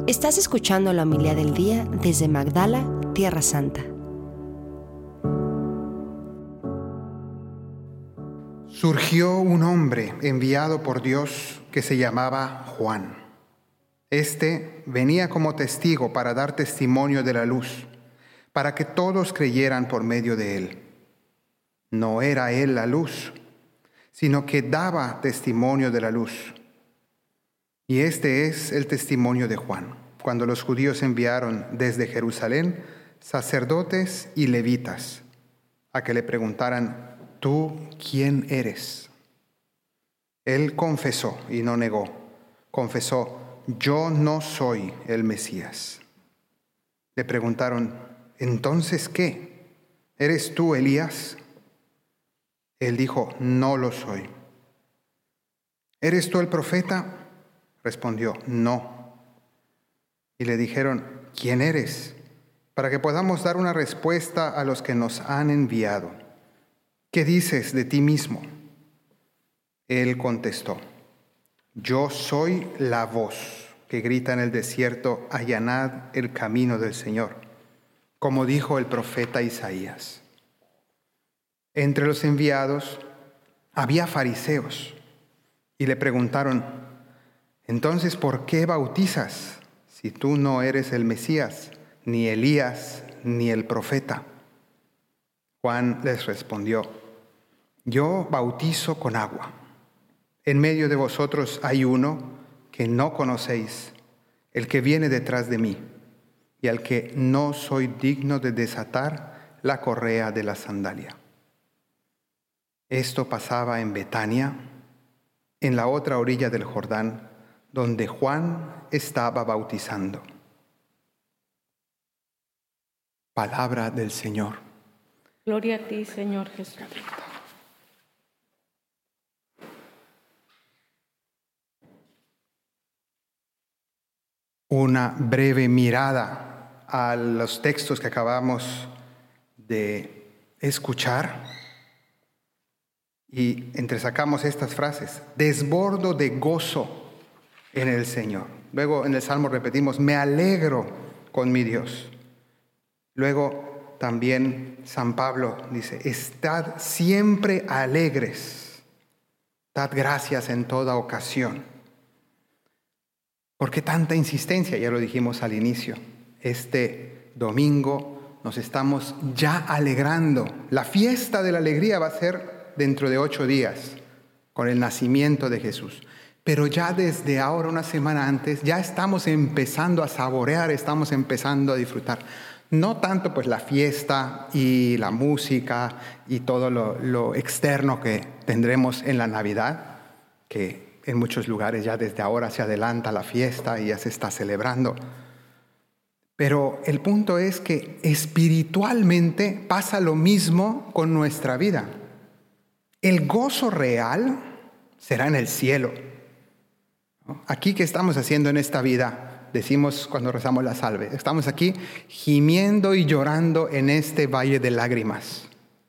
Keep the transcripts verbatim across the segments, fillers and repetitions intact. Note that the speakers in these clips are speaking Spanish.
Estás escuchando la homilía del día desde Magdala, Tierra Santa. Surgió un hombre enviado por Dios que se llamaba Juan. Este venía como testigo para dar testimonio de la luz, para que todos creyeran por medio de él. No era él la luz, sino que daba testimonio de la luz. Y este es el testimonio de Juan, cuando los judíos enviaron desde Jerusalén sacerdotes y levitas a que le preguntaran: ¿tú quién eres? Él confesó y no negó. Confesó: yo no soy el Mesías. Le preguntaron: ¿entonces qué? ¿Eres tú Elías? Él dijo: no lo soy. ¿Eres tú el profeta? Respondió: no. Y le dijeron: ¿quién eres? Para que podamos dar una respuesta a los que nos han enviado. ¿Qué dices de ti mismo? Él contestó: yo soy la voz que grita en el desierto: allanad el camino del Señor, como dijo el profeta Isaías. Entre los enviados había fariseos y le preguntaron: entonces, ¿por qué bautizas si tú no eres el Mesías, ni Elías, ni el profeta? Juan les respondió: yo bautizo con agua. En medio de vosotros hay uno que no conocéis, el que viene detrás de mí, y al que no soy digno de desatar la correa de la sandalia. Esto pasaba en Betania, en la otra orilla del Jordán, donde Juan estaba bautizando. Palabra del Señor. Gloria a ti, Señor Jesús. Una breve mirada a los textos que acabamos de escuchar y entresacamos estas frases: desbordo de gozo en el Señor. Luego en el Salmo repetimos: me alegro con mi Dios. Luego también San Pablo dice: estad siempre alegres, dad gracias en toda ocasión. ¿Por qué tanta insistencia? Ya lo dijimos al inicio. Este domingo nos estamos ya alegrando. La fiesta de la alegría va a ser dentro de ocho días, con el nacimiento de Jesús. Pero ya desde ahora, una semana antes, ya estamos empezando a saborear, estamos empezando a disfrutar. No tanto pues la fiesta y la música y todo lo, lo externo que tendremos en la Navidad, que en muchos lugares ya desde ahora se adelanta la fiesta y ya se está celebrando. Pero el punto es que espiritualmente pasa lo mismo con nuestra vida. El gozo real será en el cielo. Aquí, ¿qué estamos haciendo en esta vida? Decimos cuando rezamos la salve: estamos aquí gimiendo y llorando en este valle de lágrimas.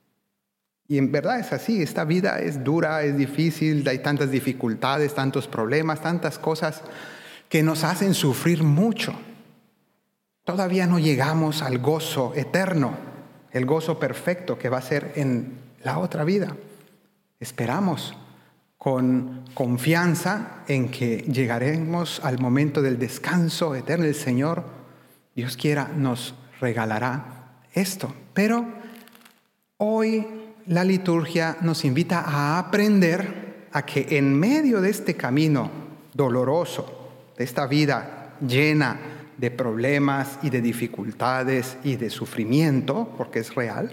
Y en verdad es así, esta vida es dura, es difícil, hay tantas dificultades, tantos problemas, tantas cosas que nos hacen sufrir mucho. Todavía no llegamos al gozo eterno, el gozo perfecto que va a ser en la otra vida. Esperamos con confianza en que llegaremos al momento del descanso eterno. El Señor, Dios quiera, nos regalará esto. Pero hoy la liturgia nos invita a aprender a que en medio de este camino doloroso, de esta vida llena de problemas y de dificultades y de sufrimiento, porque es real,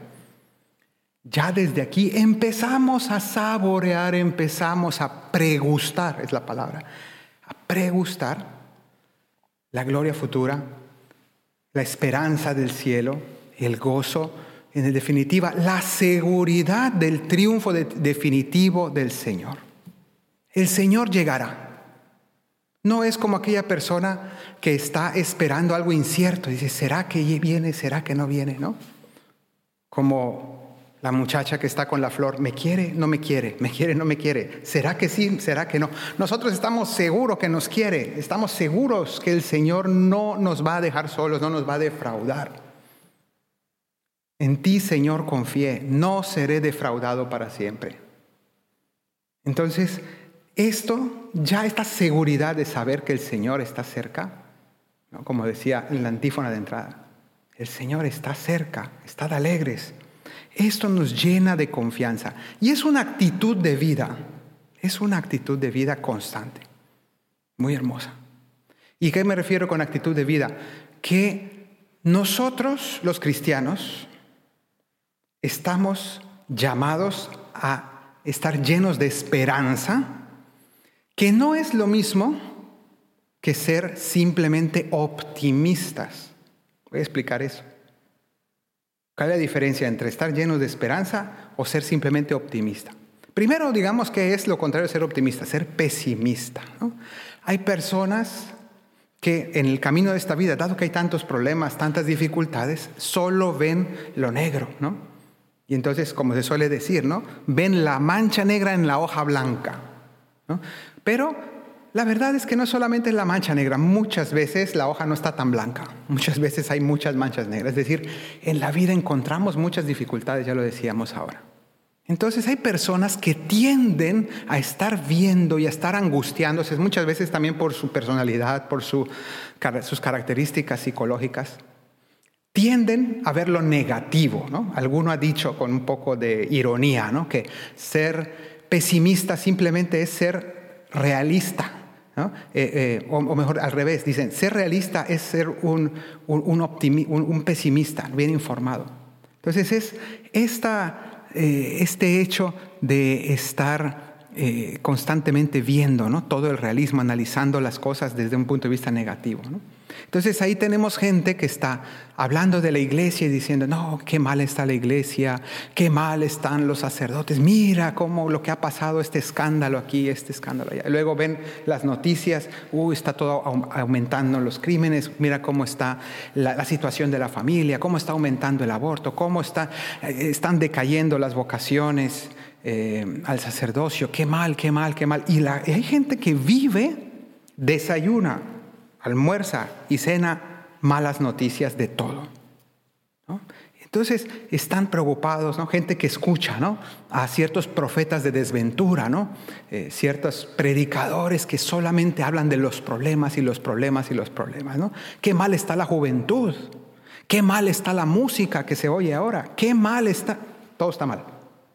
ya desde aquí empezamos a saborear, empezamos a pregustar, es la palabra, a pregustar la gloria futura, la esperanza del cielo, el gozo, en definitiva, la seguridad del triunfo de, definitivo del Señor. El Señor llegará. No es como aquella persona que está esperando algo incierto. Dice: ¿será que viene? ¿Será que no viene? ¿No? Como La muchacha que está con la flor, ¿me quiere? ¿No me quiere? ¿Me quiere? ¿No me quiere? ¿Será que sí? ¿Será que no? Nosotros estamos seguros que nos quiere. Estamos seguros que el Señor no nos va a dejar solos, no nos va a defraudar. En ti, Señor, confié. No seré defraudado para siempre. Entonces, esto, ya esta seguridad de saber que el Señor está cerca, ¿no? Como decía en la antífona de entrada, el Señor está cerca, estad alegres. Esto nos llena de confianza y es una actitud de vida, es una actitud de vida constante, muy hermosa. ¿Y qué me refiero con actitud de vida? Que nosotros, los cristianos, estamos llamados a estar llenos de esperanza, que no es lo mismo que ser simplemente optimistas. Voy a explicar eso. ¿Cuál es la diferencia entre estar llenos de esperanza o ser simplemente optimista? Primero, digamos que es lo contrario de ser optimista, ser pesimista, ¿no? Hay personas que en el camino de esta vida, dado que hay tantos problemas, tantas dificultades, solo ven lo negro, ¿no? Y entonces, como se suele decir, ¿no? Ven la mancha negra en la hoja blanca, ¿no? Pero la verdad es que no solamente es la mancha negra, muchas veces la hoja no está tan blanca, muchas veces hay muchas manchas negras, es decir, en la vida encontramos muchas dificultades, ya lo decíamos ahora. Entonces hay personas que tienden a estar viendo y a estar angustiándose, muchas veces también por su personalidad, por su, sus características psicológicas, tienden a ver lo negativo, ¿no? Alguno ha dicho con un poco de ironía, ¿no? Que ser pesimista simplemente es ser realista, ¿no? Eh, eh, o, o mejor al revés, dicen, ser realista es ser un, un, un, optimi, un, un pesimista, bien informado. Entonces es esta, eh, este hecho de estar eh, constantemente viendo, ¿no? Todo el realismo, analizando las cosas desde un punto de vista negativo, ¿no? Entonces ahí tenemos gente que está hablando de la iglesia y diciendo, no, qué mal está la iglesia, qué mal están los sacerdotes, mira cómo lo que ha pasado, este escándalo aquí, este escándalo allá. Luego ven las noticias, uy, está todo aumentando los crímenes, mira cómo está la, la situación de la familia, cómo está aumentando el aborto, cómo está, eh, están decayendo las vocaciones eh, al sacerdocio, qué mal, qué mal, qué mal. Y, la, y hay gente que vive, desayuna, almuerza y cena malas noticias de todo, ¿no? Entonces están preocupados, ¿no? Gente que escucha, ¿no? A ciertos profetas de desventura, ¿no? Eh, ciertos predicadores que solamente hablan de los problemas y los problemas y los problemas, ¿no? Qué mal está la juventud, qué mal está la música que se oye ahora, qué mal está, todo está mal.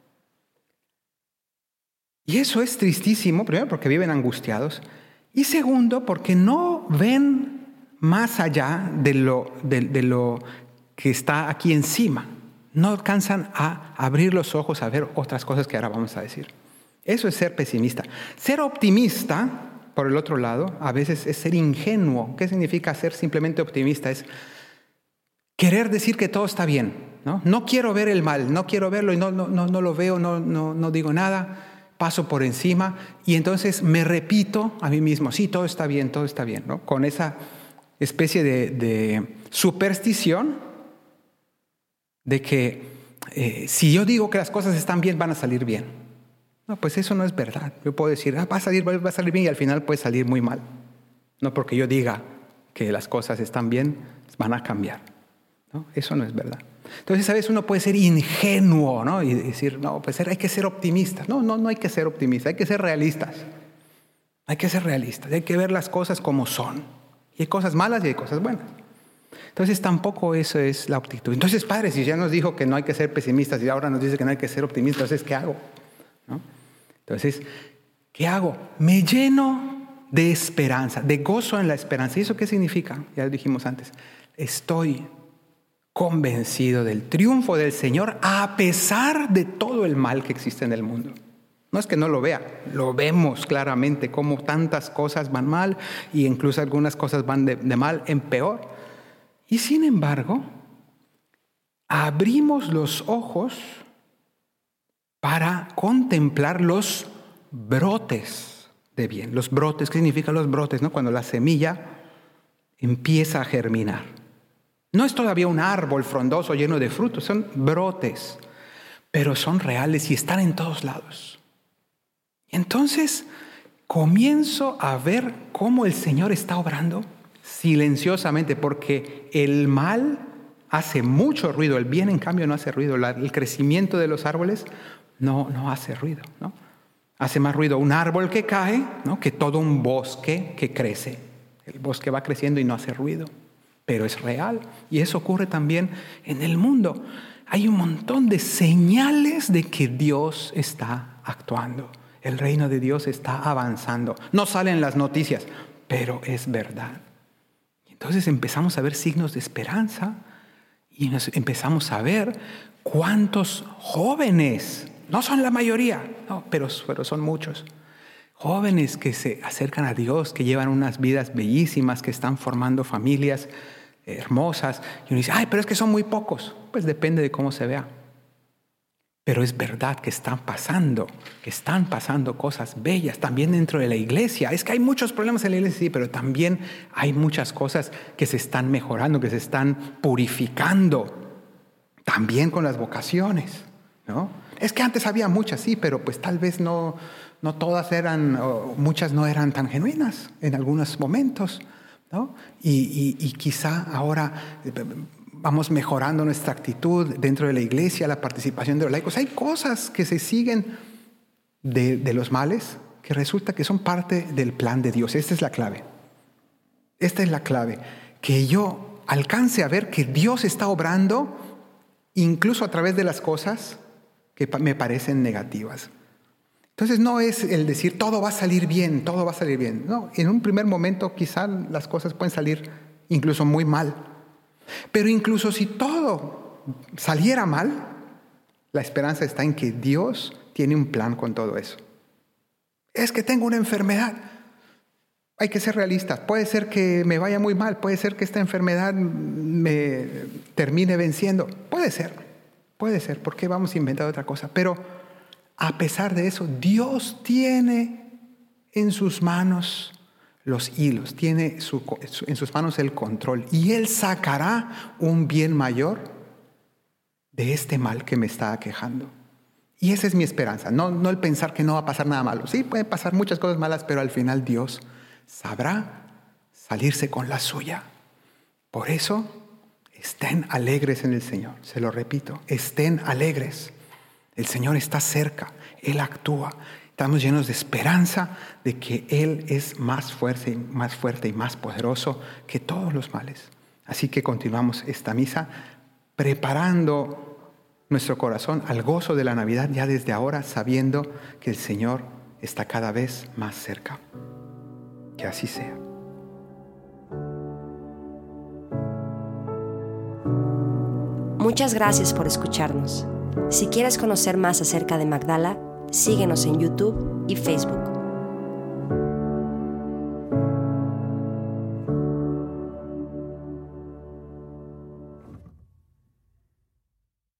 Y eso es tristísimo, primero porque viven angustiados, y segundo, porque no ven más allá de lo, de, de lo que está aquí encima. No alcanzan a abrir los ojos a ver otras cosas que ahora vamos a decir. Eso es ser pesimista. Ser optimista, por el otro lado, a veces es ser ingenuo. ¿Qué significa ser simplemente optimista? Es querer decir que todo está bien, ¿no? No quiero ver el mal, no quiero verlo y no, no, no, no lo veo, no, no, no digo nada. Paso por encima y entonces me repito a mí mismo, sí, todo está bien, todo está bien, ¿no? Con esa especie de, de superstición de que eh, si yo digo que las cosas están bien, van a salir bien. No, pues eso no es verdad. Yo puedo decir, ah, va a salir, va a salir bien y al final puede salir muy mal. No porque yo diga que las cosas están bien, van a cambiar, ¿no? Eso no es verdad. Entonces, a veces uno puede ser ingenuo, ¿no? Y decir, no, pues hay que ser optimistas. No, no, no hay que ser optimistas, hay que ser realistas. Hay que ser realistas, hay que ver las cosas como son. Y hay cosas malas y hay cosas buenas. Entonces, tampoco eso es la actitud. Entonces, padre, si ya nos dijo que no hay que ser pesimistas y ahora nos dice que no hay que ser optimistas, entonces, ¿qué hago? ¿No? Entonces, ¿qué hago? Me lleno de esperanza, de gozo en la esperanza. ¿Y eso qué significa? Ya lo dijimos antes. Estoy convencido del triunfo del Señor a pesar de todo el mal que existe en el mundo. No es que no lo vea, lo vemos claramente cómo tantas cosas van mal y incluso algunas cosas van de, de mal en peor. Y sin embargo, abrimos los ojos para contemplar los brotes de bien. Los brotes, ¿qué significan los brotes? ¿No? Cuando la semilla empieza a germinar. No es todavía un árbol frondoso lleno de frutos, son brotes. pero son reales y están en todos lados. Entonces comienzo a ver cómo el Señor está obrando silenciosamente, porque el mal hace mucho ruido, el bien en cambio no hace ruido. La, el crecimiento de los árboles no, no hace ruido, ¿no? Hace más ruido un árbol que cae, ¿no?, que todo un bosque que crece. El bosque va creciendo y no hace ruido, pero es real. Y eso ocurre también en el mundo. Hay un montón de señales de que Dios está actuando. El reino de Dios está avanzando. No salen las noticias, pero es verdad. Entonces empezamos a ver signos de esperanza y nos empezamos a ver cuántos jóvenes, no son la mayoría, no, pero, pero son muchos, jóvenes que se acercan a Dios, que llevan unas vidas bellísimas, que están formando familias hermosas. Y uno dice, ay, pero es que son muy pocos. Pues depende de cómo se vea. Pero es verdad que están pasando, que están pasando cosas bellas también dentro de la iglesia. Es que hay muchos problemas en la iglesia, sí, pero también hay muchas cosas que se están mejorando, que se están purificando. También con las vocaciones, ¿no? Es que antes había muchas, sí, pero pues tal vez no, no todas eran, o muchas no eran tan genuinas en algunos momentos, ¿no? Y, y, y quizá ahora vamos mejorando nuestra actitud dentro de la iglesia, la participación de los laicos. Hay cosas que se siguen de, de los males que resulta que son parte del plan de Dios. Esta es la clave. Esta es la clave. Que yo alcance a ver que Dios está obrando incluso a través de las cosas que me parecen negativas. Entonces no es el decir todo va a salir bien, todo va a salir bien. No, en un primer momento quizá las cosas pueden salir incluso muy mal. Pero incluso si todo saliera mal, la esperanza está en que Dios tiene un plan con todo eso. Es que tengo una enfermedad. Hay que ser realistas. Puede ser que me vaya muy mal. Puede ser que esta enfermedad me termine venciendo. Puede ser. Puede ser. ¿Por qué vamos a inventar otra cosa? Pero a pesar de eso, Dios tiene en sus manos los hilos, tiene su, en sus manos el control, y Él sacará un bien mayor de este mal que me está aquejando. Y esa es mi esperanza, no, no el pensar que no va a pasar nada malo. Sí, pueden pasar muchas cosas malas, pero al final Dios sabrá salirse con la suya. Por eso, estén alegres en el Señor. Se lo repito, estén alegres. El Señor está cerca, Él actúa. Estamos llenos de esperanza de que Él es más fuerte, más fuerte y más poderoso que todos los males. Así que continuamos esta misa preparando nuestro corazón al gozo de la Navidad ya desde ahora, sabiendo que el Señor está cada vez más cerca. Que así sea. Muchas gracias por escucharnos. Si quieres conocer más acerca de Magdala, síguenos en YouTube y Facebook.